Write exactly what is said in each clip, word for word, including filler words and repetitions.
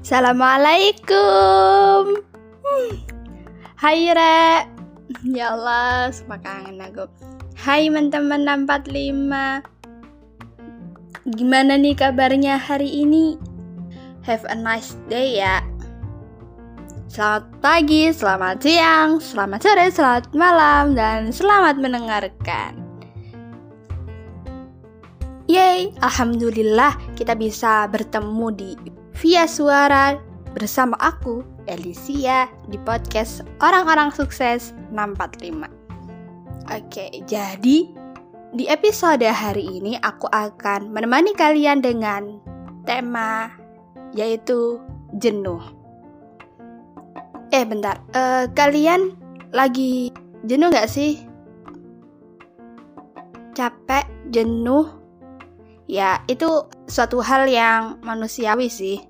Assalamualaikum. hmm. Hai Re. Ya Allah, sumpah kangen aku. Hai teman-teman enam empat lima. Gimana nih kabarnya hari ini? Have a nice day ya. Selamat pagi, selamat siang, selamat sore, selamat malam, dan selamat mendengarkan. Yeay, alhamdulillah kita bisa bertemu di via suara bersama aku, Elisia, di podcast Orang-Orang Sukses enam empat lima. Oke, jadi di episode hari ini aku akan menemani kalian dengan tema yaitu jenuh. Eh bentar, uh, kalian lagi jenuh gak sih? Capek, jenuh? Ya, itu suatu hal yang manusiawi sih.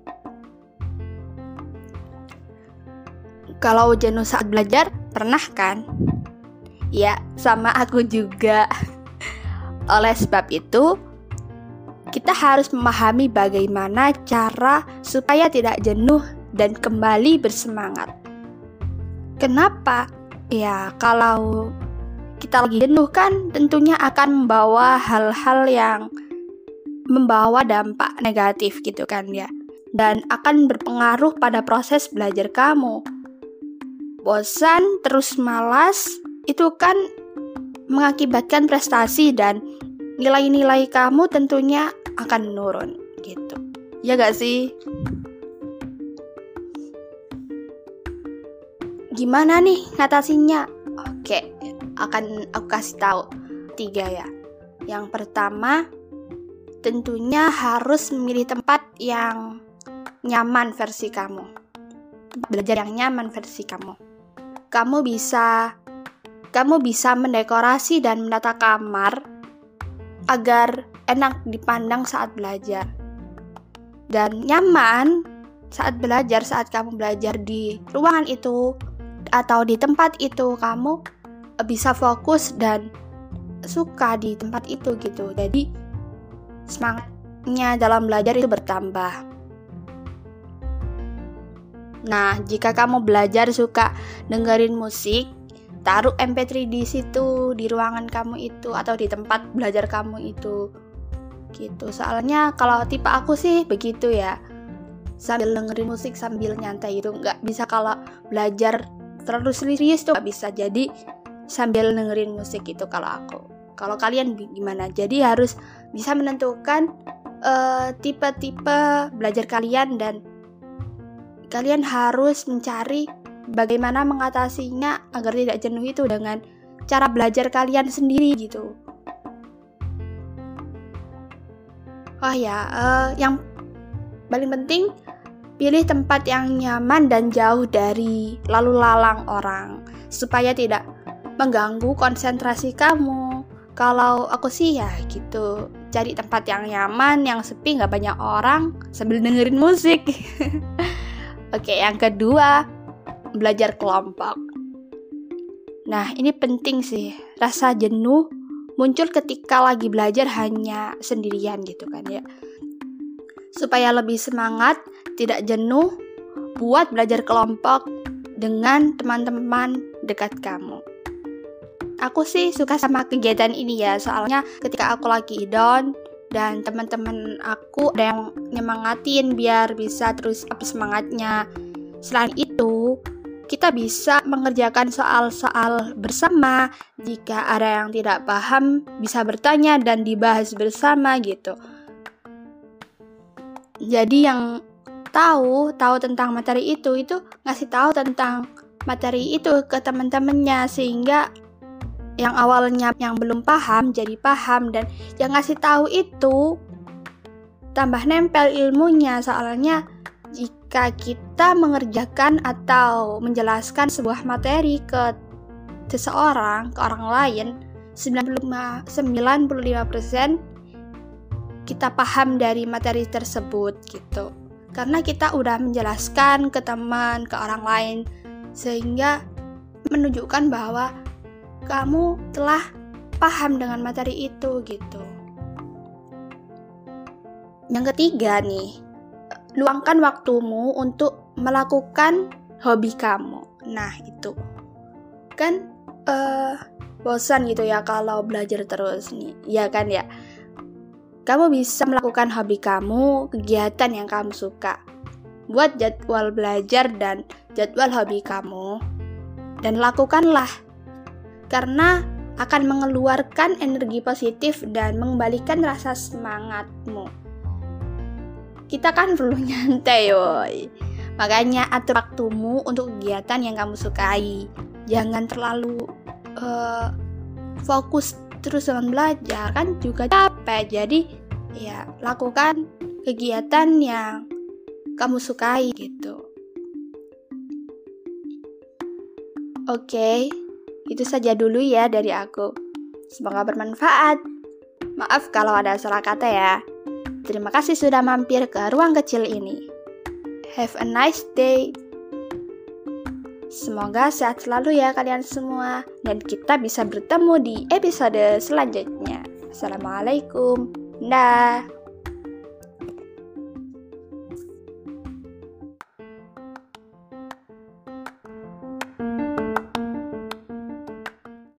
Kalau jenuh saat belajar, pernah kan? Ya, sama aku juga. Oleh sebab itu, kita harus memahami bagaimana cara supaya tidak jenuh dan kembali bersemangat. Kenapa? Ya, kalau kita lagi jenuh kan tentunya akan membawa hal-hal yang membawa dampak negatif gitu kan ya, dan akan berpengaruh pada proses belajar kamu. Bosan, terus malas, itu kan mengakibatkan prestasi dan nilai-nilai kamu tentunya akan menurun gitu. Ya gak sih? Gimana nih ngatasinya? Oke, akan aku kasih tahu tiga ya. Yang pertama, tentunya harus memilih tempat yang nyaman versi kamu. Belajar yang nyaman versi kamu. Kamu bisa kamu bisa mendekorasi dan menata kamar agar enak dipandang saat belajar. Dan nyaman saat belajar, saat kamu belajar di ruangan itu atau di tempat itu, kamu bisa fokus dan suka di tempat itu gitu. Jadi semangatnya dalam belajar itu bertambah. Nah, jika kamu belajar suka dengerin musik, taruh em pe tiga di situ, di ruangan kamu itu atau di tempat belajar kamu itu. Gitu. Soalnya kalau tipe aku sih begitu ya. Sambil dengerin musik sambil nyantai itu nggak bisa. Kalau belajar terlalu serius tuh nggak bisa. Jadi sambil dengerin musik itu kalau aku. Kalau kalian gimana? Jadi harus bisa menentukan uh, tipe-tipe belajar kalian, dan kalian harus mencari bagaimana mengatasinya agar tidak jenuh itu dengan cara belajar kalian sendiri gitu. Oh ya, uh, yang paling penting pilih tempat yang nyaman dan jauh dari lalu lalang orang supaya tidak mengganggu konsentrasi kamu. Kalau aku sih ya gitu, cari tempat yang nyaman, yang sepi, gak banyak orang, sambil dengerin musik. Oke, yang kedua, belajar kelompok. Nah, ini penting sih. Rasa jenuh muncul ketika lagi belajar hanya sendirian gitu kan ya. Supaya lebih semangat, tidak jenuh, buat belajar kelompok dengan teman-teman dekat kamu. Aku sih suka sama kegiatan ini ya, soalnya ketika aku lagi down dan teman-teman aku ada yang nyemangatin biar bisa terus up semangatnya. Selain itu, kita bisa mengerjakan soal-soal bersama. Jika ada yang tidak paham, bisa bertanya dan dibahas bersama gitu. Jadi yang tahu, tahu tentang materi itu, itu ngasih tahu tentang materi itu ke teman-temannya, sehingga yang awalnya yang belum paham jadi paham, dan yang ngasih tahu itu tambah nempel ilmunya. Soalnya jika kita mengerjakan atau menjelaskan sebuah materi ke seseorang, ke orang lain, sembilan puluh lima persen kita paham dari materi tersebut gitu. Karena kita udah menjelaskan ke teman, ke orang lain, sehingga menunjukkan bahwa kamu telah paham dengan materi itu gitu. Yang ketiga nih, luangkan waktumu untuk melakukan hobi kamu. Nah, itu. Kan uh, bosan gitu ya kalau belajar terus nih. Ya kan ya? Kamu bisa melakukan hobi kamu, kegiatan yang kamu suka. Buat jadwal belajar dan jadwal hobi kamu. Dan lakukanlah. Karena akan mengeluarkan energi positif dan mengembalikan rasa semangatmu. Kita kan perlu nyantai, woy. Makanya atur waktumu untuk kegiatan yang kamu sukai. Jangan terlalu uh, fokus terus dengan belajar, kan juga capek. Jadi ya lakukan kegiatan yang kamu sukai gitu. Oke, itu saja dulu ya dari aku. Semoga bermanfaat. Maaf kalau ada salah kata ya. Terima kasih sudah mampir ke ruang kecil ini. Have a nice day. Semoga sehat selalu ya kalian semua. Dan kita bisa bertemu di episode selanjutnya. Assalamualaikum. Dah.